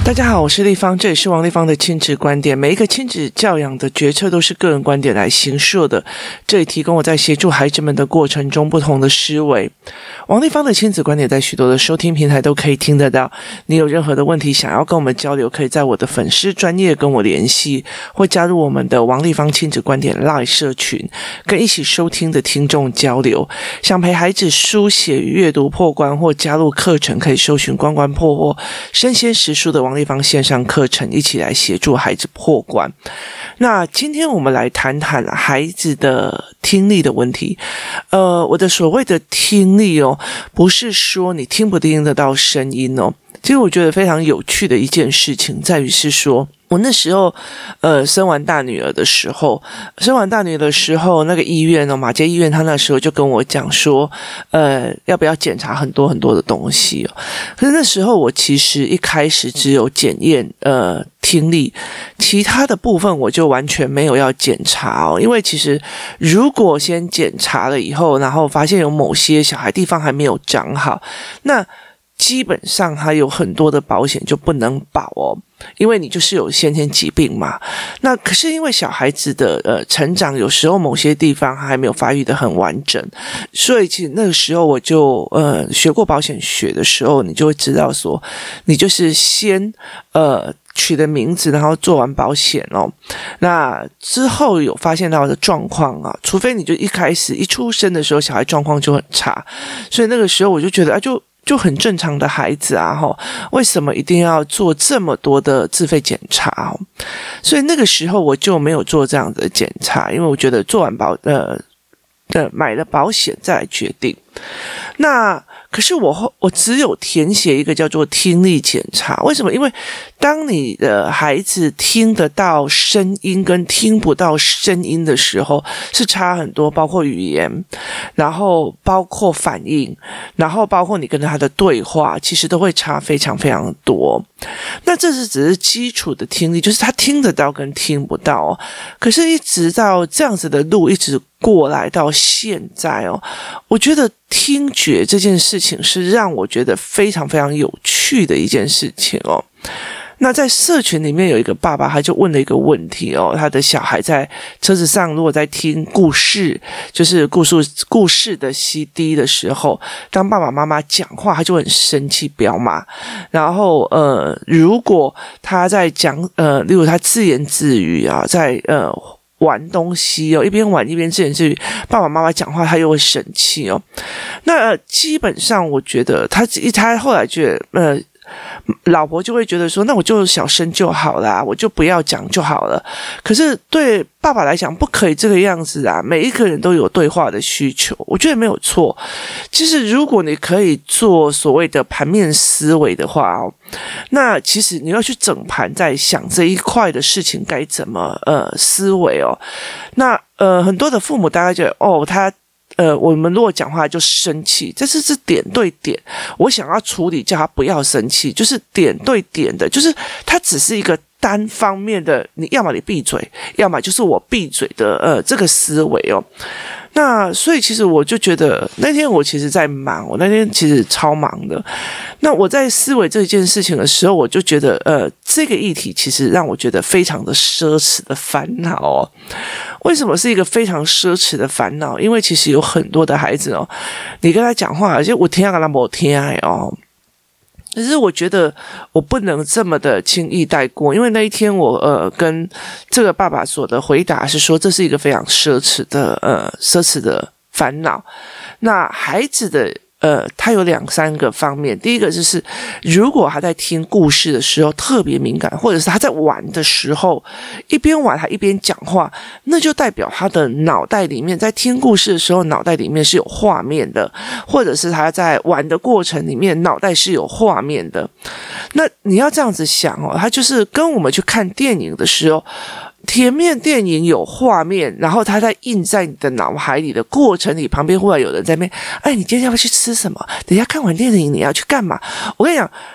大家好，我是立方，这里是王立方的亲子观点。每一个亲子教养的决策都是个人观点来形塑的，这里提供我在协助孩子们的过程中不同的思维。王立方的亲子观点在许多的收听平台都可以听得到。你有任何的问题想要跟我们交流，可以在我的粉丝专页跟我联系，或加入我们的王立方亲子观点 LINE 社群，跟一起收听的听众交流。想陪孩子书写与阅读破关，或加入课程，可以搜寻关关破或身先识书的王立方线上课程，一起来协助孩子破关。那今天我们来谈谈孩子的听力的问题。我的所谓的听力不是说你听不听得到声音其实我觉得非常有趣的一件事情在于是说，我那时候生完大女儿的时候，那个医院马偕医院他那时候就跟我讲说要不要检查很多很多的东西可是那时候我其实一开始只有检验听力，其他的部分我就完全没有要检查因为其实如果先检查了以后，然后发现有某些小孩地方还没有长好，那基本上还有很多的保险就不能保因为你就是有先天疾病嘛。那可是因为小孩子的成长有时候某些地方还没有发育得很完整，所以其实那个时候我就学过保险学的时候，你就会知道说，你就是先取的名字，然后做完保险那之后有发现到的状况除非你就一开始一出生的时候小孩状况就很差，所以那个时候我就觉得就很正常的孩子为什么一定要做这么多的自费检查所以那个时候我就没有做这样的检查，因为我觉得做完买了保险再来决定。那可是我只有填写一个叫做听力检查，为什么？因为当你的孩子听得到声音跟听不到声音的时候是差很多，包括语言，然后包括反应，然后包括你跟他的对话，其实都会差非常非常多。那这只是基础的听力，就是他听得到跟听不到可是一直到这样子的路一直过来到现在我觉得听觉这件事情是让我觉得非常非常有趣的一件事情那在社群里面有一个爸爸，他就问了一个问题他的小孩在车子上如果在听故事，就是故事的 CD 的时候，当爸爸妈妈讲话他就很生气不要骂，然后如果他在讲例如他自言自语在玩东西一边玩一边自言自语，爸爸妈妈讲话他又会生气那基本上我觉得他后来觉得老婆就会觉得说，那我就小声就好啦，我就不要讲就好了。可是对爸爸来讲不可以这个样子每一个人都有对话的需求，我觉得没有错。其实如果你可以做所谓的盘面思维的话那其实你要去整盘在想这一块的事情该怎么思维那很多的父母大概觉得我们如果讲话就生气，这是点对点，我想要处理叫他不要生气，就是点对点的，就是它只是一个单方面的，你要么你闭嘴，要么就是我闭嘴的这个思维那所以其实我就觉得那天我其实在忙，我那天其实超忙的。那我在思维这件事情的时候，我就觉得这个议题其实让我觉得非常的奢侈的烦恼为什么是一个非常奢侈的烦恼？因为其实有很多的孩子你跟他讲话，而且我听跟他没听可是我觉得我不能这么的轻易带过，因为那一天我跟这个爸爸所的回答是说，这是一个非常奢侈的烦恼。那孩子的他有2-3个方面，第一个就是如果他在听故事的时候特别敏感，或者是他在玩的时候一边玩他一边讲话，那就代表他的脑袋里面在听故事的时候脑袋里面是有画面的，或者是他在玩的过程里面脑袋是有画面的。那你要这样子想他就是跟我们去看电影的时候，前面电影有画面，然后它在印在你的脑海里的过程里，旁边忽然有人在那边，你今天要不要去吃什么？等一下看完电影你要去干嘛？我跟你讲，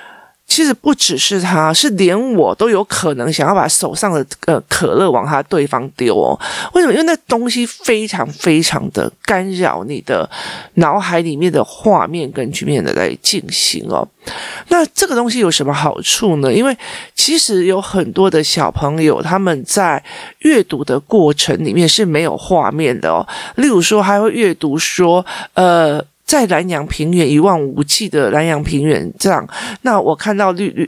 其实不只是他，是连我都有可能想要把手上的可乐往他对方丢哦。为什么？因为那东西非常非常的干扰你的脑海里面的画面跟局面的在进行哦。那这个东西有什么好处呢？因为其实有很多的小朋友他们在阅读的过程里面是没有画面的哦。例如说，还会阅读说，在南洋平原一望无际的南洋平原这样，那我看到绿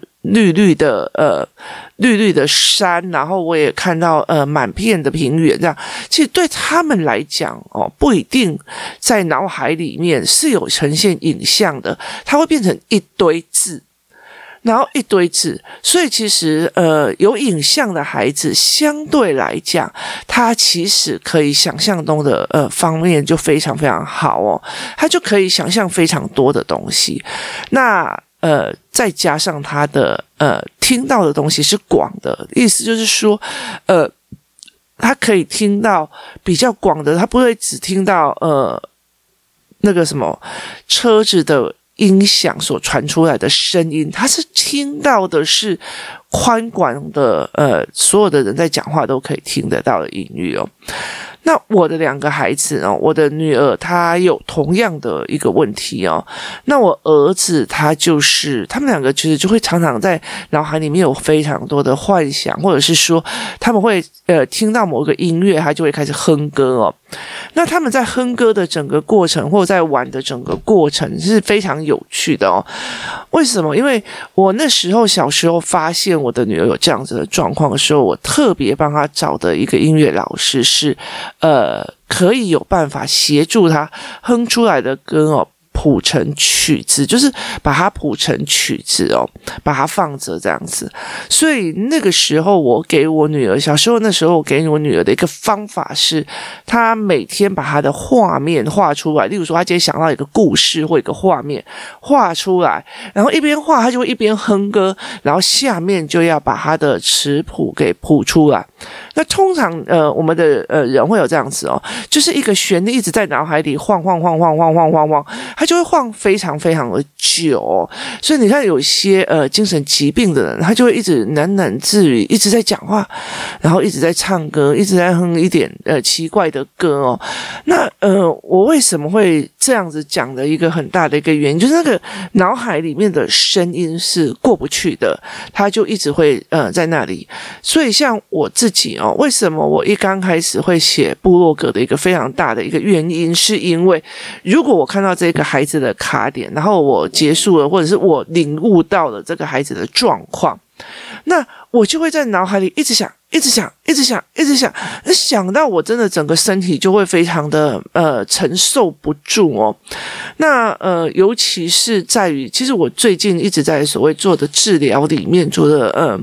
绿的山，然后我也看到满片的平原这样。其实对他们来讲哦，不一定在脑海里面是有呈现影像的，它会变成一堆字。然后一堆字，所以其实有影像的孩子相对来讲，他其实可以想象中的方面就非常非常好哦，他就可以想象非常多的东西。那再加上他的听到的东西是广的，意思就是说他可以听到比较广的，他不会只听到那个什么车子的音响所传出来的声音，他是听到的是宽广的所有的人在讲话都可以听得到的音域哦。那我的2个孩子哦，我的女儿她有同样的一个问题哦。那我儿子他就是他们2个其实就会常常在脑海里面有非常多的幻想，或者是说他们会听到某个音乐，他就会开始哼歌哦。那他们在哼歌的整个过程，或者在玩的整个过程是非常有趣的哦。为什么？因为我那时候小时候发现我的女儿有这样子的状况的时候，我特别帮她找的一个音乐老师是可以有办法协助她哼出来的歌哦，谱成曲子，就是把它谱成曲子哦，把它放着这样子。所以那个时候我给我女儿，小时候那时候我给我女儿的一个方法是，她每天把她的画面画出来。例如说她今天想到一个故事或一个画面画出来，然后一边画她就会一边哼歌，然后下面就要把她的词谱给谱出来。那通常我们的人会有这样子哦，就是一个旋律一直在脑海里晃，它就会晃非常非常的久哦。所以你看有一些精神疾病的人，他就会一直喃喃自语，一直在讲话，然后一直在唱歌，一直在哼一点奇怪的歌哦。那我为什么会这样子讲的一个很大的一个原因，就是那个脑海里面的声音是过不去的，他就一直会在那里。所以像我自己哦，为什么我一刚开始会写部落格的一个非常大的一个原因，是因为如果我看到这个孩子的卡点，然后我结束了，或者是我领悟到了这个孩子的状况，那我就会在脑海里一直想，想到我真的整个身体就会非常的承受不住哦。那尤其是在于，其实我最近一直在所谓做的治疗里面做的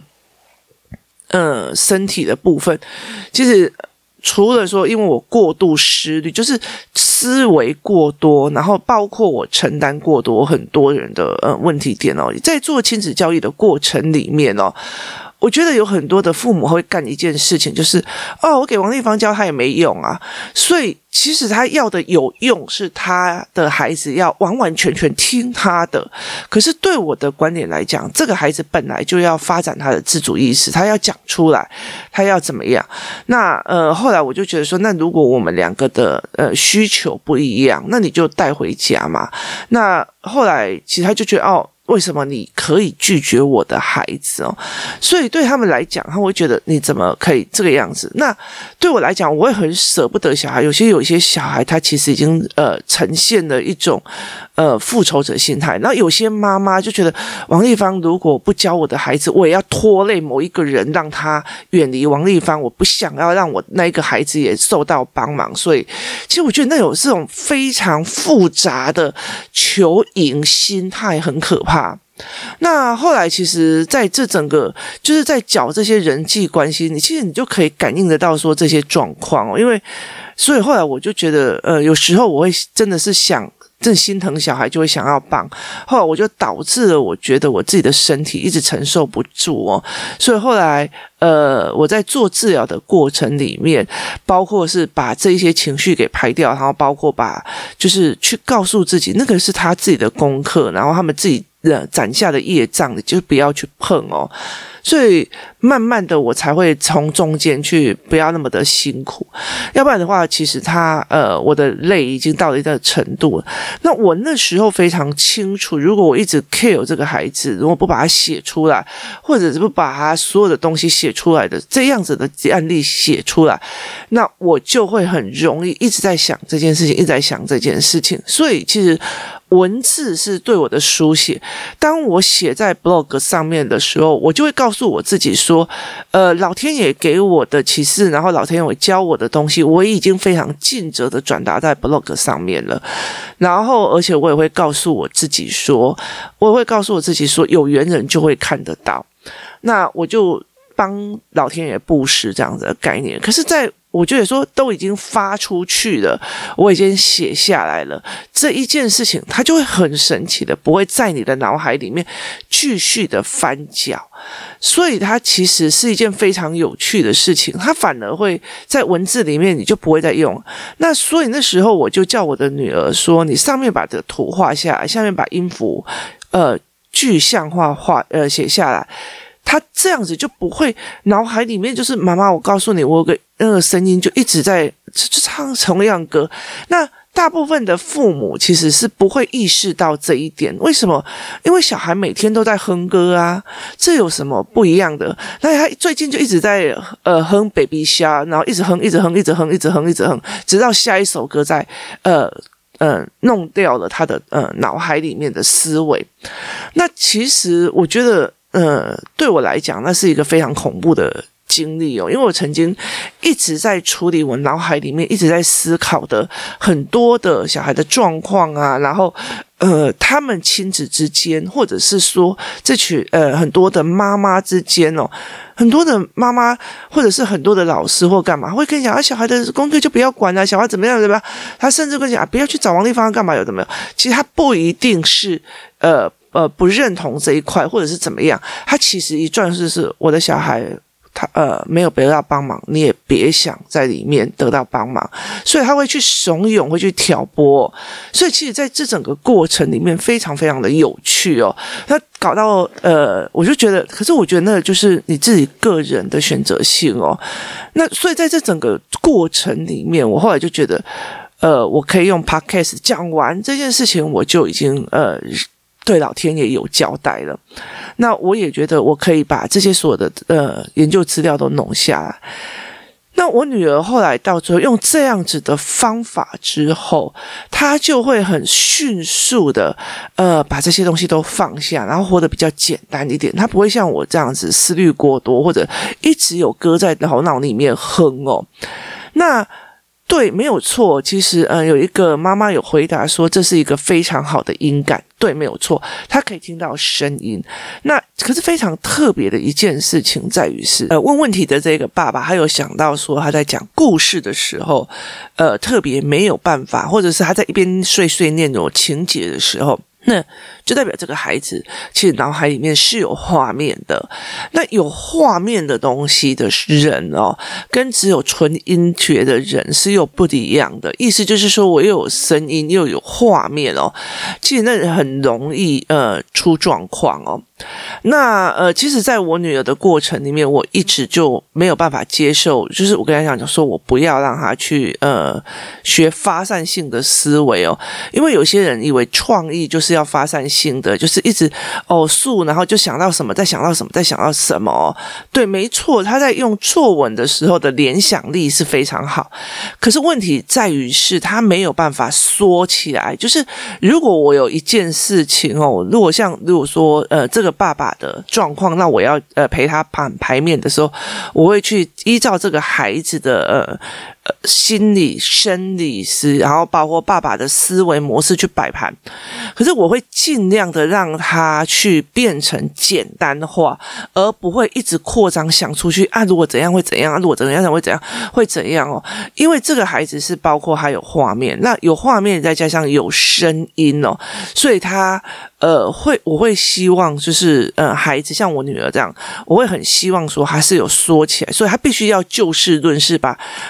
身体的部分，其实除了说因为我过度思虑，就是思维过多，然后包括我承担过多很多人的问题点哦，在做亲子教育的过程里面哦，我觉得有很多的父母会干一件事情，就是我给王丽芳教他也没用啊。所以其实他要的有用，是他的孩子要完完全全听他的。可是对我的观点来讲，这个孩子本来就要发展他的自主意识，他要讲出来，他要怎么样。那后来我就觉得说，那如果我们2个的需求不一样，那你就带回家嘛。那后来其实他就觉得为什么你可以拒绝我的孩子哦？所以对他们来讲，他会觉得你怎么可以这个样子？那对我来讲，我会很舍不得小孩。有一些小孩，他其实已经呈现了一种复仇者心态。然后有些妈妈就觉得，王丽芳如果不教我的孩子，我也要拖累某一个人，让他远离王丽芳。我不想要让我那一个孩子也受到帮忙。所以，其实我觉得那有这种非常复杂的求赢心态，很可怕。那后来其实在这整个就是在讲这些人际关系，其实你就可以感应得到说这些状况哦。因为所以后来我就觉得有时候我会真的是想真心疼小孩，就会想要帮。后来我就导致了我觉得我自己的身体一直承受不住哦。所以后来我在做治疗的过程里面，包括是把这一些情绪给排掉，然后包括就是去告诉自己那个是他自己的功课，然后他们自己攒下的业障，你就不要去碰哦。所以慢慢的我才会从中间去不要那么的辛苦，要不然的话其实我的累已经到了一定的程度了。那我那时候非常清楚，如果我一直 care 这个孩子，如果不把他写出来，或者是不把他所有的东西写出来的这样子的案例写出来，那我就会很容易一直在想这件事情，一直在想这件事情。所以其实文字是对我的书写，当我写在 blog 上面的时候，我就会告诉我自己说，老天爷给我的启示，然后老天爷教我的东西，我已经非常尽责的转达在 blog 上面了。然后而且我也会告诉我自己说，有缘人就会看得到，那我就帮老天爷布施这样子的概念。可是我觉得说都已经发出去了，我已经写下来了，这一件事情它就会很神奇的不会在你的脑海里面继续的翻搅，所以它其实是一件非常有趣的事情，它反而会在文字里面你就不会再用。那所以那时候我就叫我的女儿说，你上面把这个图画下来，下面把音符具象化写下来，他这样子就不会脑海里面就是妈妈，我告诉你，我有个那个声音就一直在就唱同样歌。那大部分的父母其实是不会意识到这一点，为什么？因为小孩每天都在哼歌啊，这有什么不一样的？那他最近就一直在哼 Baby Shark， 然后一直哼，直到下一首歌在弄掉了他的脑海里面的思维。那其实我觉得对我来讲，那是一个非常恐怖的经历哦，因为我曾经一直在处理我脑海里面一直在思考的很多的小孩的状况啊，然后他们亲子之间，或者是说这群很多的妈妈之间哦，很多的妈妈或者是很多的老师或干嘛会跟你讲小孩的功课就不要管了，小孩怎么样，他甚至跟你讲不要去找王丽芳干嘛，有的没有？其实他不一定是不认同这一块，或者是怎么样，他其实一转是我的小孩他没有得到帮忙，你也别想在里面得到帮忙，所以他会去怂恿，会去挑拨，所以其实在这整个过程里面非常非常的有趣哦。那搞到我就觉得，可是我觉得那就是你自己个人的选择性哦。那所以在这整个过程里面，我后来就觉得我可以用 podcast 讲完这件事情，我就已经对老天爷有交代了。那我也觉得我可以把这些所有的研究资料都弄下来。那我女儿后来到最后用这样子的方法之后，她就会很迅速的把这些东西都放下，然后活得比较简单一点。她不会像我这样子思虑过多，或者一直有歌在头脑里面哼哦。那对，没有错。其实，有一个妈妈有回答说，这是一个非常好的音感。对，没有错，她可以听到声音。那可是非常特别的一件事情在于是，问问题的这个爸爸，他有想到说他在讲故事的时候，特别没有办法，或者是他在一边碎碎念有情节的时候。那就代表这个孩子其实脑海里面是有画面的。那有画面的东西的人哦，跟只有纯音觉的人是有不一样的。意思就是说，我又有声音又有画面哦，其实那很容易出状况哦。那其实在我女儿的过程里面，我一直就没有办法接受，就是我跟她讲说，我不要让她去学发散性的思维哦，因为有些人以为创意就是要发散性的，就是一直偶数，然后就想到什么，再想到什么，再想到什么哦。对，没错，他在用作文的时候的联想力是非常好，可是问题在于是他没有办法缩起来。就是如果我有一件事情哦，如果说这个爸爸的状况，那我要陪他排面的时候，我会去依照这个孩子的心理生理然后包括爸爸的思维模式去摆盘。可是我会尽量的让他去变成简单化，而不会一直扩张想出去啊，如果怎样会怎样，如果怎样会怎样哦。因为这个孩子是包括他有画面，那有画面再加上有声音哦，所以他我会希望就是孩子像我女儿这样，我会很希望说他是有说起来，所以他必须要就事论事，把事情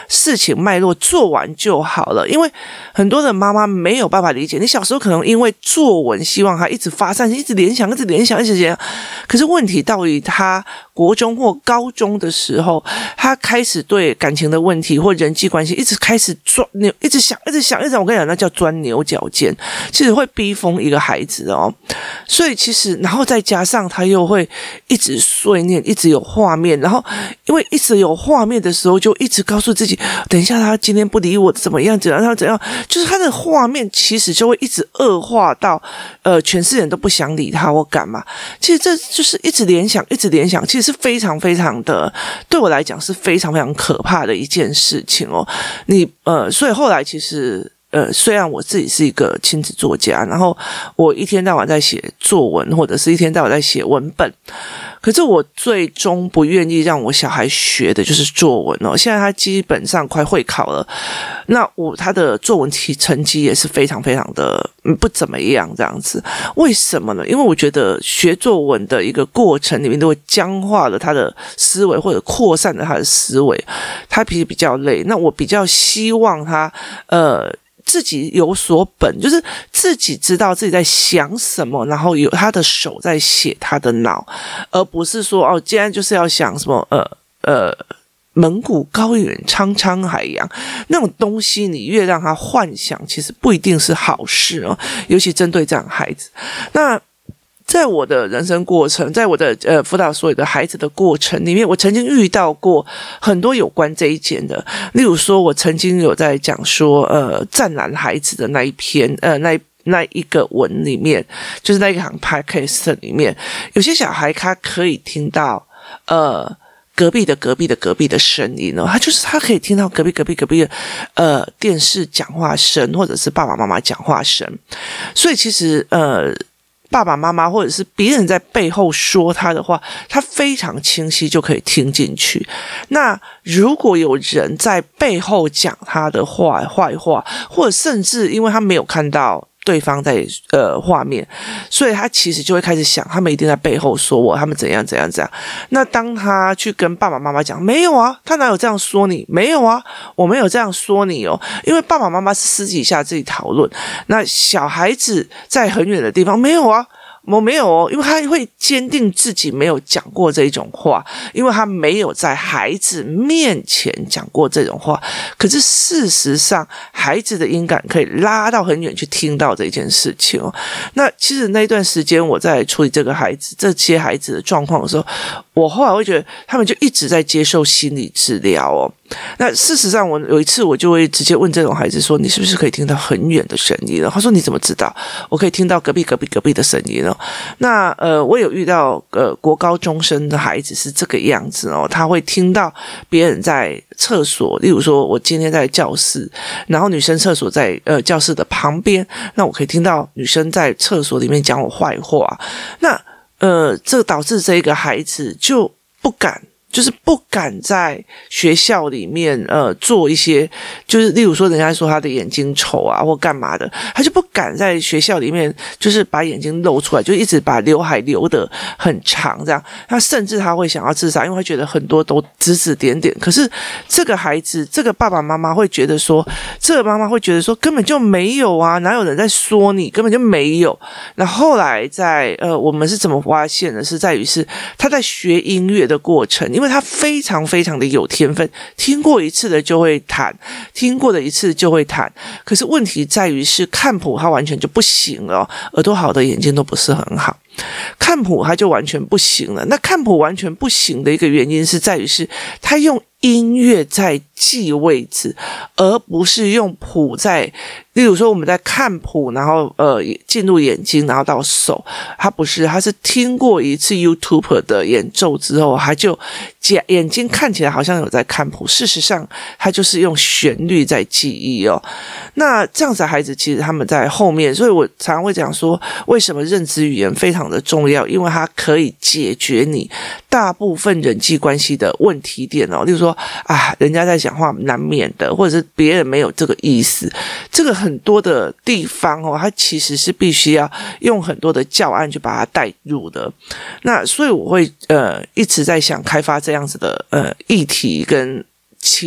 情脉络做完就好了。因为很多的妈妈没有办法理解，你小时候可能因为作文希望他一直发散，一直联想，一直联想，一直联想，可是问题到于他国中或高中的时候，他开始对感情的问题或人际关系一直开始一直想，我跟你讲，那叫钻牛角尖，其实会逼疯一个孩子哦。所以其实，然后再加上他又会一直碎念，一直有画面，然后因为一直有画面的时候，就一直告诉自己，等一下他今天不理我怎么样，怎样，就是他的画面其实就会一直恶化到全世界人都不想理他或干嘛。其实这就是一直联想，其实是非常非常的，对我来讲是非常非常可怕的一件事情哦。所以后来其实虽然我自己是一个亲子作家，然后我一天到晚在写作文，或者是一天到晚在写文本，可是我最终不愿意让我小孩学的就是作文哦。现在他基本上快会考了，那他的作文成绩也是非常非常的不怎么样这样子。为什么呢？因为我觉得学作文的一个过程里面都会僵化了他的思维，或者扩散了他的思维，他脾气比较累。那我比较希望他自己有所本，就是自己知道自己在想什么，然后有他的手在写他的脑，而不是说今天就是要想什么蒙古高原苍苍海洋那种东西，你越让他幻想，其实不一定是好事哦，尤其针对这样的孩子。那在我的人生过程，在我的辅导所有的孩子的过程里面，我曾经遇到过很多有关这一件的。例如说，我曾经有在讲说湛蓝孩子的那一篇那一个文里面，就是那一行 podcast 里面，有些小孩他可以听到隔壁的声音哦，他可以听到隔壁的电视讲话声，或者是爸爸妈妈讲话声。所以其实爸爸妈妈或者是别人在背后说他的话，他非常清晰就可以听进去。那如果有人在背后讲他的坏话，或者甚至因为他没有看到对方在画面，所以他其实就会开始想，他们一定在背后说我，他们怎样。那当他去跟爸爸妈妈讲，没有啊，他哪有这样说你？没有啊，我没有这样说你哦，因为爸爸妈妈是私底下自己讨论。那小孩子在很远的地方，没有啊。我没有哦，因为他会坚定自己没有讲过这种话，因为他没有在孩子面前讲过这种话。可是事实上，孩子的音感可以拉到很远去听到这件事情哦。那其实那一段时间我在处理这些孩子的状况的时候，我后来会觉得他们就一直在接受心理治疗哦。那事实上，我有一次我就会直接问这种孩子说：“你是不是可以听到很远的声音呢？”他说：“你怎么知道？我可以听到隔壁的声音哦。”那我有遇到国高中生的孩子是这个样子哦，他会听到别人在厕所，例如说我今天在教室，然后女生厕所在教室的旁边，那我可以听到女生在厕所里面讲我坏话。那这导致这个孩子就不敢在学校里面做一些，就是例如说人家说他的眼睛丑啊或干嘛的，他就不敢在学校里面就是把眼睛露出来，就一直把刘海留得很长这样。他甚至他会想要自杀，因为他觉得很多都指指点点。可是这个孩子，这个爸爸妈妈会觉得说，根本就没有啊，哪有人在说你，根本就没有。那后来我们是怎么发现的，是在于是他在学音乐的过程，因为他非常非常的有天分，听过一次的就会弹，听过的一次就会弹。可是问题在于是看谱他完全就不行了，耳朵好的眼睛都不是很好，看谱他就完全不行了。那看谱完全不行的一个原因是在于是他用音乐在记位置，而不是用谱在，例如说我们在看谱，然后进入眼睛，然后到手，他不是，他是听过一次 YouTube 的演奏之后，他就眼睛看起来好像有在看谱，事实上他就是用旋律在记忆哦。那这样子的孩子其实他们在后面，所以我常常会讲说，为什么认知语言非常的重要，因为它可以解决你大部分人际关系的问题点哦。例如说人家在讲话难免的，或者是别人没有这个意思，这个很多的地方哦，它其实是必须要用很多的教案去把它带入的。那所以我会一直在想开发这样子的议题跟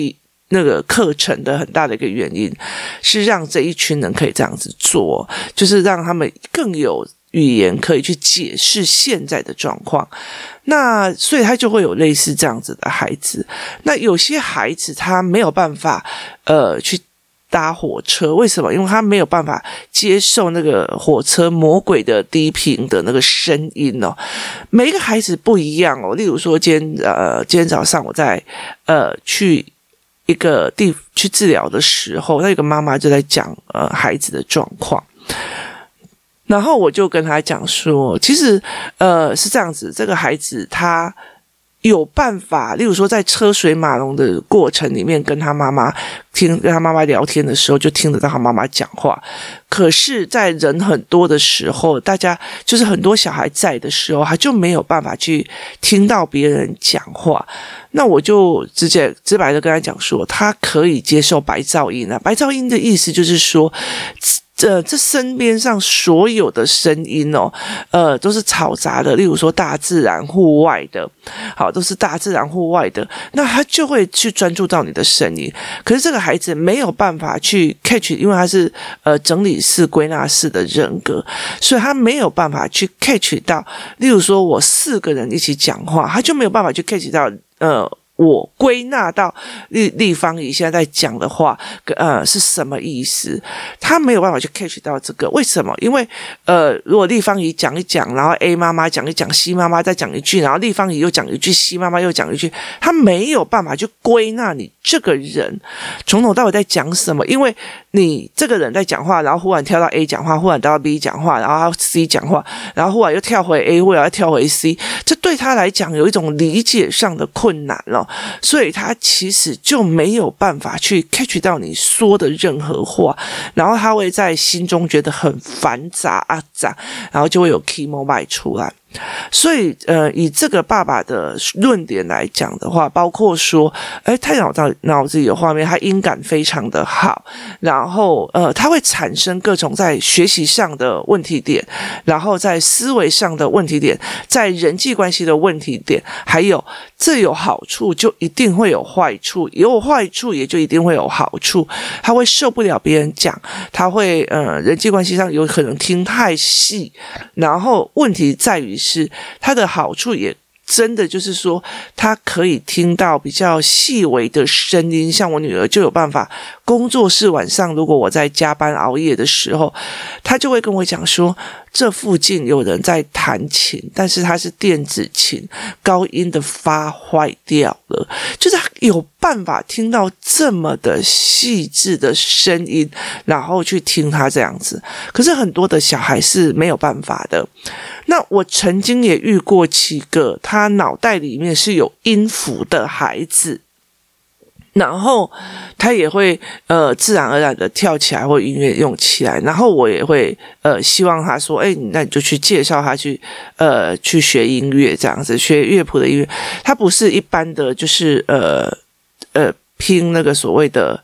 那个课程的很大的一个原因，是让这一群人可以这样子做，就是让他们更有语言可以去解释现在的状况。那所以他就会有类似这样子的孩子。那有些孩子他没有办法去搭火车，为什么？因为他没有办法接受那个火车魔鬼的低频的那个声音哦。每一个孩子不一样哦。例如说今天早上我在去一个去治疗的时候，那个妈妈就在讲孩子的状况。然后我就跟他讲说，其实是这样子，这个孩子他有办法，例如说在车水马龙的过程里面跟他妈妈聊天的时候，就听得到他妈妈讲话。可是在人很多的时候，大家就是很多小孩在的时候，他就没有办法去听到别人讲话。那我就直白的跟他讲说，他可以接受白噪音啊。白噪音的意思就是说，这身边上所有的声音哦，都是嘈杂的，例如说大自然户外的，好，都是大自然户外的，那他就会去专注到你的声音。可是这个孩子没有办法去 catch， 因为他是整理式归纳式的人格，所以他没有办法去 catch 到，例如说我4个人一起讲话，他就没有办法去 catch 到我归纳到立方体现在在讲的话是什么意思，他没有办法去 catch 到这个。为什么？因为如果立方体讲一讲，然后 A 妈妈讲一讲， C 妈妈再讲一句，然后立方体又讲一句， C 妈妈又讲一句，他没有办法去归纳你这个人从头到尾在讲什么。因为你这个人在讲话，然后忽然跳到 A 讲话，忽然到 B 讲话，然后 C 讲话，然后忽然又跳回 A， 忽然又跳回 C， 这对他来讲有一种理解上的困难了。所以他其实就没有办法去 catch 到你说的任何话，然后他会在心中觉得很烦杂，然后就会有 key mobile 出来。所以以这个爸爸的论点来讲的话，包括说他脑子里有画面，他音感非常的好，然后他会产生各种在学习上的问题点，然后在思维上的问题点，在人际关系的问题点，还有这有好处就一定会有坏处，有坏处也就一定会有好处。他会受不了别人讲，他会人际关系上有可能听太细，然后问题在于是它的好处也真的就是说，他可以听到比较细微的声音，像我女儿就有办法，工作室晚上如果我在加班熬夜的时候，她就会跟我讲说，这附近有人在弹琴，但是它是电子琴，高音的发坏掉了，就是他有办法听到这么的细致的声音，然后去听他这样子。可是很多的小孩是没有办法的。那我曾经也遇过几个他脑袋里面是有音符的孩子，然后他也会自然而然的跳起来或音乐用起来，然后我也会希望他说那你就去介绍他去学音乐，这样子学乐谱的音乐。他不是一般的就是拼那个所谓的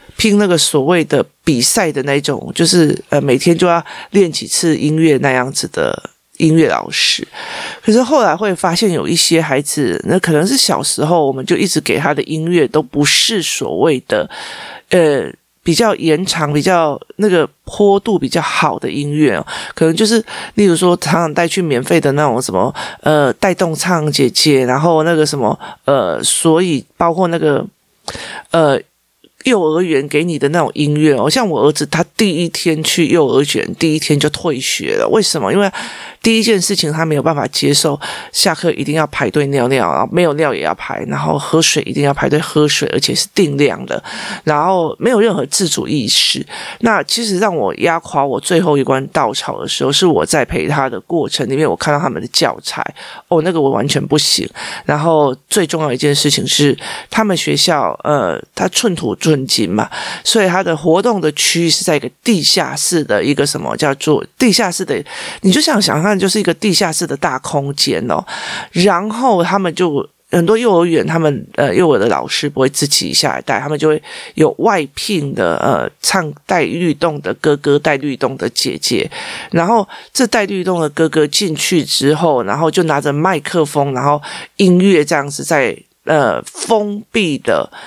比赛的那种，就是每天就要练几次音乐那样子的音乐老师。可是后来会发现有一些孩子，那可能是小时候我们就一直给他的音乐都不是所谓的比较延长比较那个坡度比较好的音乐哦，可能就是例如说常常带去免费的那种什么带动唱姐姐，然后那个什么所以包括那个幼儿园给你的那种音乐哦，像我儿子他第一天去幼儿园，第一天就退学了。为什么？因为第一件事情他没有办法接受，下课一定要排队尿尿，然后没有尿也要排，然后喝水一定要排队喝水，而且是定量的，然后没有任何自主意识。那其实让我压垮我最后一关稻草的时候，是我在陪他的过程里面，我看到他们的教材那个我完全不行。然后最重要的一件事情是，他们学校他寸土寸金嘛，所以他的活动的区域是在一个地下室的一个什么叫做地下室的，你就想看就是一个地下室的大空间哦。然后他们就很多幼儿园，他们幼儿的老师不会自己下来带，他们就会有外聘的唱带律动的哥哥，带律动的姐姐，然后这带律动的哥哥进去之后，然后就拿着麦克风，然后音乐这样子在封闭的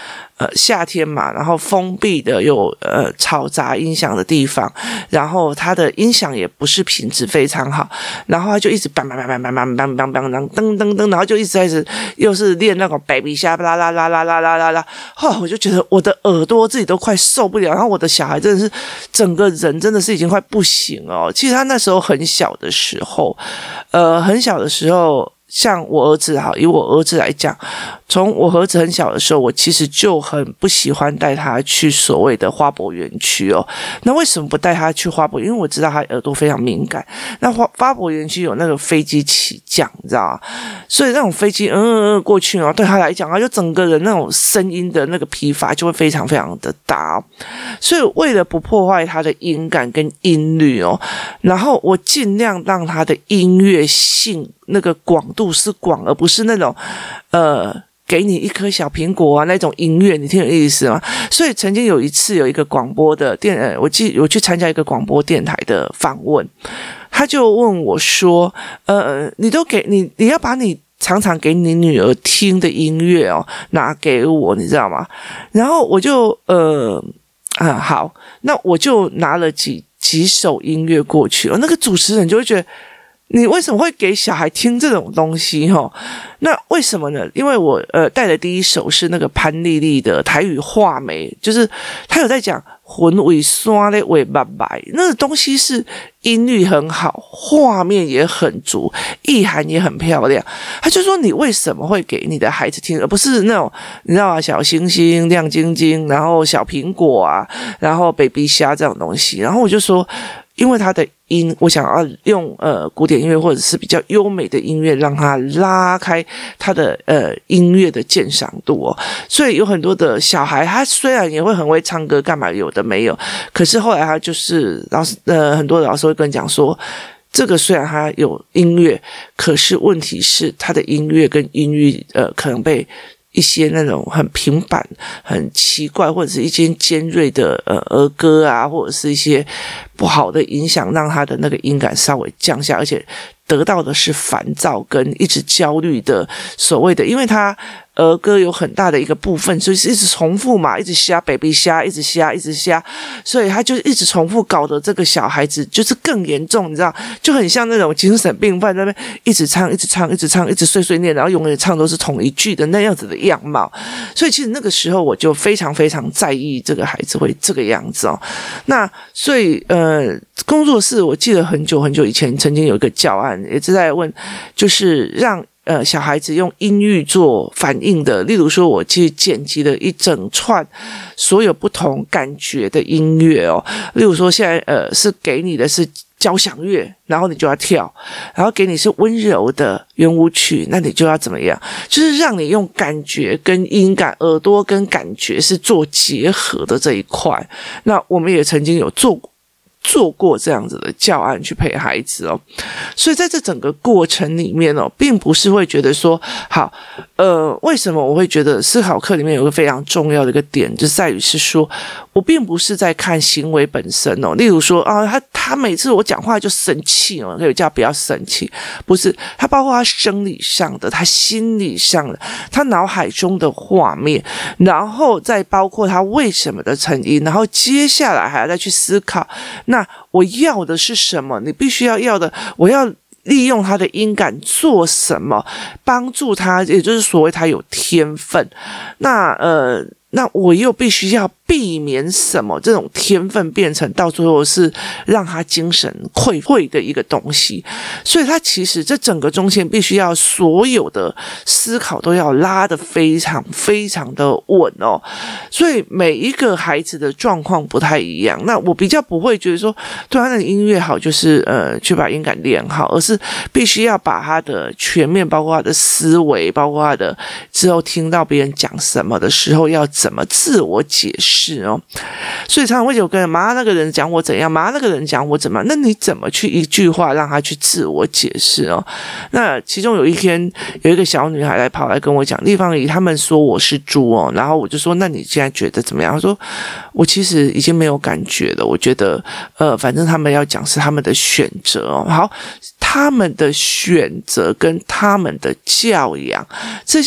夏天嘛，然后封闭的有嘈杂音响的地方，然后它的音响也不是品质非常好，然后他就一直梆梆梆梆梆梆梆梆梆梆噔噔噔，然后就一直在又是练那种 baby 虾啦啦啦啦啦啦啦啦，后来我就觉得我的耳朵自己都快受不了，然后我的小孩真的是整个人真的是已经快不行哦。其实他那时候很小的时候，很小的时候。像我儿子以我儿子来讲，从我儿子很小的时候，我其实就很不喜欢带他去所谓的花博园区哦。那为什么不带他去花博？因为我知道他耳朵非常敏感。那花博园区有那个飞机起降，你知道吗？所以那种飞机过去哦，对他来讲，他就整个人那种声音的那个疲乏就会非常非常的大哦。所以为了不破坏他的音感跟音律哦，然后我尽量让他的音乐性那个广度是广，而不是那种给你一颗小苹果啊那种音乐，你听有意思吗？所以曾经有一次有一个广播的我去参加一个广播电台的访问，他就问我说你都给你要把你常常给你女儿听的音乐哦拿给我，你知道吗？然后我就好，那我就拿了几首音乐过去那个主持人就会觉得你为什么会给小孩听这种东西那为什么呢？因为我带的第一首是那个潘丽丽的台语话梅，就是他有在讲魂尾刷的尾巴白，那个东西是音律很好，画面也很足，意涵也很漂亮。他就说你为什么会给你的孩子听，而不是那种你知道吗？小星星、亮晶晶，然后小苹果啊，然后 baby 虾这种东西。然后我就说。因为他的音，我想要用古典音乐或者是比较优美的音乐，让他拉开他的音乐的鉴赏度哦。所以有很多的小孩，他虽然也会很会唱歌，干嘛有的没有，可是后来他就是很多老师会跟你讲说。这个虽然他有音乐，可是问题是他的音乐跟音律可能被一些那种很平板、很奇怪或者是一些尖锐的儿歌啊，或者是一些不好的影响，让他的那个音感稍微降下，而且得到的是烦躁跟一直焦虑的所谓的，因为他儿歌有很大的一个部分，所以是一直重复嘛，一直瞎 baby 瞎，一直瞎，一直瞎，所以他就一直重复，搞得这个小孩子就是更严重，你知道，就很像那种精神病犯在那边一直唱，一直唱，一直唱，一直碎碎念，然后永远唱都是同一句的那样子的样貌。所以其实那个时候我就非常非常在意这个孩子会这个样子哦。那所以工作室我记得很久很久以前曾经有一个教案，也是在问，就是让小孩子用音域做反应的，例如说我去剪辑了一整串所有不同感觉的音乐哦，例如说现在是给你的是交响乐，然后你就要跳，然后给你是温柔的圆舞曲，那你就要怎么样，就是让你用感觉跟音感，耳朵跟感觉是做结合的这一块。那我们也曾经有做过这样子的教案去陪孩子哦，所以在这整个过程里面哦，并不是会觉得说好，为什么我会觉得思考课里面有一个非常重要的一个点，就在于是说我并不是在看行为本身哦，例如说啊，他每次我讲话就生气哦，可以叫不要生气，不是，他包括他生理上的，他心理上的，他脑海中的画面，然后再包括他为什么的成因，然后接下来还要再去思考。那我要的是什么？你必须要的，我要利用他的音感做什么，帮助他，也就是所谓他有天分。那我又必须要避免什么？这种天分变成到最后是让他精神溃溃的一个东西。所以他其实这整个中间必须要所有的思考都要拉得非常非常的稳哦。所以每一个孩子的状况不太一样。那我比较不会觉得说对他的音乐好就是去把音感练好，而是必须要把他的全面，包括他的思维，包括他的之后听到别人讲什么的时候要怎么自我解释哦。所以常常会有跟妈那个人讲我怎样，妈那个人讲我怎么，那你怎么去一句话让他去自我解释哦？那其中有一天有一个小女孩跑来跟我讲，立方姨他们说我是猪哦，然后我就说那你现在觉得怎么样？她说我其实已经没有感觉了，我觉得反正他们要讲是他们的选择哦。好，他们的选择跟他们的教养，这些话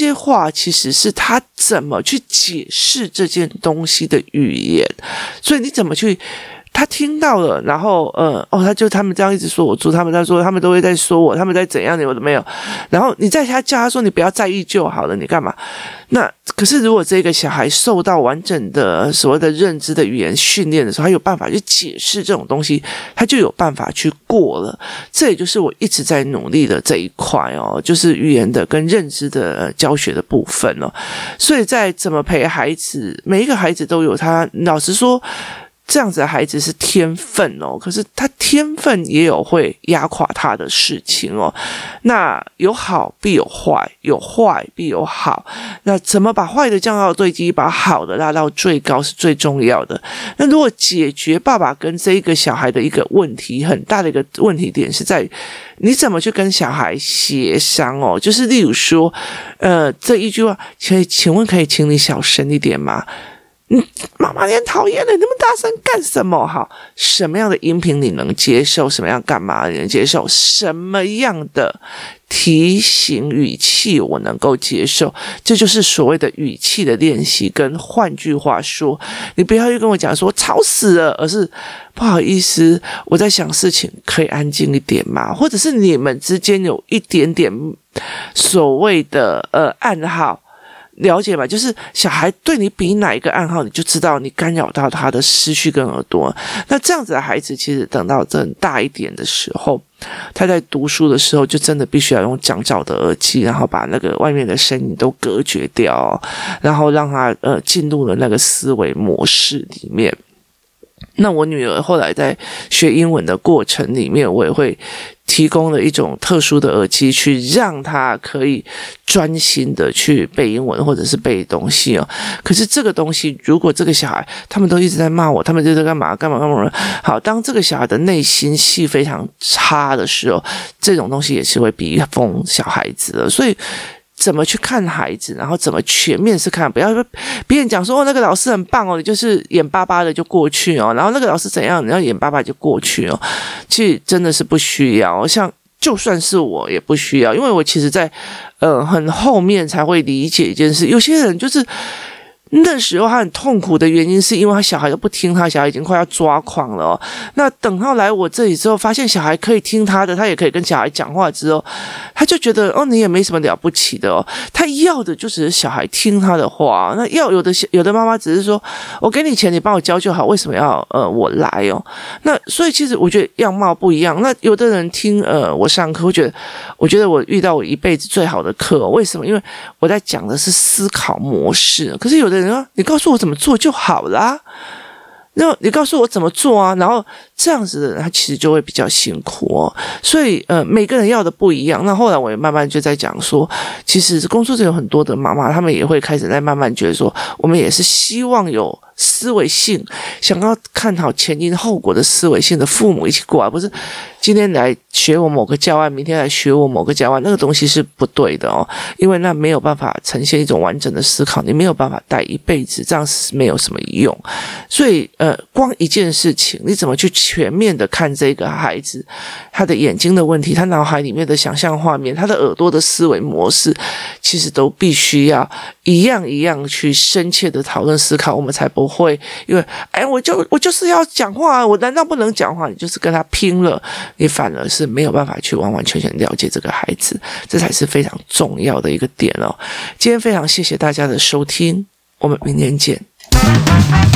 化其实是他怎么去解释这件东西的语言，所以你怎么去。他听到了，然后他们这样一直说我猪，他们在说，他们都会在说我，他们在怎样，有的没有。然后你在叫他说你不要在意就好了，你干嘛？那可是如果这个小孩受到完整的所谓的认知的语言训练的时候，他有办法去解释这种东西，他就有办法去过了。这也就是我一直在努力的这一块哦，就是语言的跟认知的教学的部分哦。所以在怎么陪孩子，每一个孩子都有他，老实说。这样子的孩子是天分哦，可是他天分也有会压垮他的事情哦。那有好必有坏，有坏必有好。那怎么把坏的降到最低，把好的拉到最高是最重要的。那如果解决爸爸跟这一个小孩的一个问题，很大的一个问题点是在于你怎么去跟小孩协商哦。就是例如说，这一句话，请问可以请你小声一点吗？妈妈你很讨厌的，你那么大声干什么？好，什么样的音频你能接受？什么样干嘛你能接受？什么样的提醒语气我能够接受？这就是所谓的语气的练习。跟换句话说，你不要去跟我讲说吵死了，而是不好意思，我在想事情，可以安静一点吗？或者是你们之间有一点点所谓的暗号。了解吧，就是小孩对你比哪一个暗号，你就知道你干扰到他的思绪跟耳朵。那这样子的孩子，其实等到真大一点的时候，他在读书的时候，就真的必须要用降噪的耳机，然后把那个外面的声音都隔绝掉，然后让他进入了那个思维模式里面。那我女儿后来在学英文的过程里面，我也会提供了一种特殊的耳机，去让她可以专心的去背英文或者是背东西哦。可是这个东西，如果这个小孩他们都一直在骂我，他们就在干嘛。好，当这个小孩的内心戏非常差的时候，这种东西也是会逼疯小孩子的。所以怎么去看孩子，然后怎么全面是看，不要说别人讲说那个老师很棒哦，你就是眼巴巴的就过去哦，然后那个老师怎样，你要眼巴巴就过去哦，其实真的是不需要。像就算是我也不需要，因为我其实在很后面才会理解一件事，有些人就是那时候他很痛苦的原因是因为他小孩都不听他，小孩已经快要抓狂了哦。那等到来我这里之后，发现小孩可以听他的，他也可以跟小孩讲话之后，他就觉得你也没什么了不起的哦。他要的就只是小孩听他的话。那有的妈妈只是说我给你钱，你帮我教就好，为什么要我来哦？那所以其实我觉得样貌不一样。那有的人听我上课，我觉得我遇到我一辈子最好的课哦。为什么？因为我在讲的是思考模式，可是有的人说你告诉我怎么做就好啦，那你告诉我怎么做啊？然后这样子的人他其实就会比较辛苦哦。所以每个人要的不一样。那后来我也慢慢就在讲说，其实工作室有很多的妈妈，他们也会开始在慢慢觉得说，我们也是希望有思维性，想要看好前因后果的思维性的父母一起过来，不是今天来学我某个教案，明天来学我某个教案，那个东西是不对的哦，因为那没有办法呈现一种完整的思考，你没有办法带一辈子，这样是没有什么用。所以光一件事情，你怎么去全面的看这个孩子，他的眼睛的问题，他脑海里面的想象画面，他的耳朵的思维模式，其实都必须要一样一样去深切的讨论思考，我们才不会因为我就是要讲话，我难道不能讲话？你就是跟他拼了，你反而是没有办法去完完全全了解这个孩子，这才是非常重要的一个点哦。今天非常谢谢大家的收听，我们明天见。